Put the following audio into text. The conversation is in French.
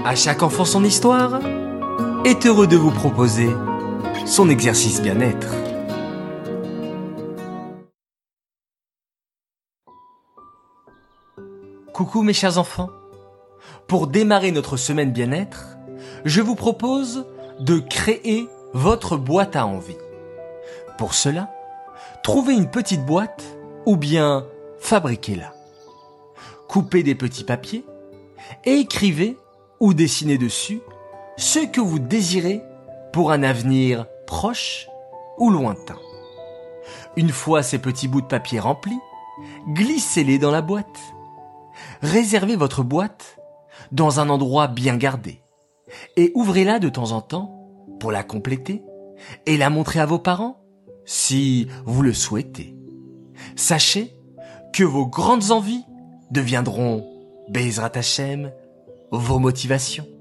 À chaque enfant son histoire est heureux de vous proposer son exercice bien-être. Coucou mes chers enfants. Pour démarrer notre semaine bien-être, je vous propose de créer votre boîte à envie. Pour cela, trouvez une petite boîte ou bien fabriquez-la. Coupez des petits papiers et écrivez ou dessinez dessus ce que vous désirez pour un avenir proche ou lointain. Une fois ces petits bouts de papier remplis, glissez-les dans la boîte. Réservez votre boîte dans un endroit bien gardé et ouvrez-la de temps en temps pour la compléter et la montrer à vos parents si vous le souhaitez. Sachez que vos grandes envies deviendront, Be'ezrat Hashem, vos motivations.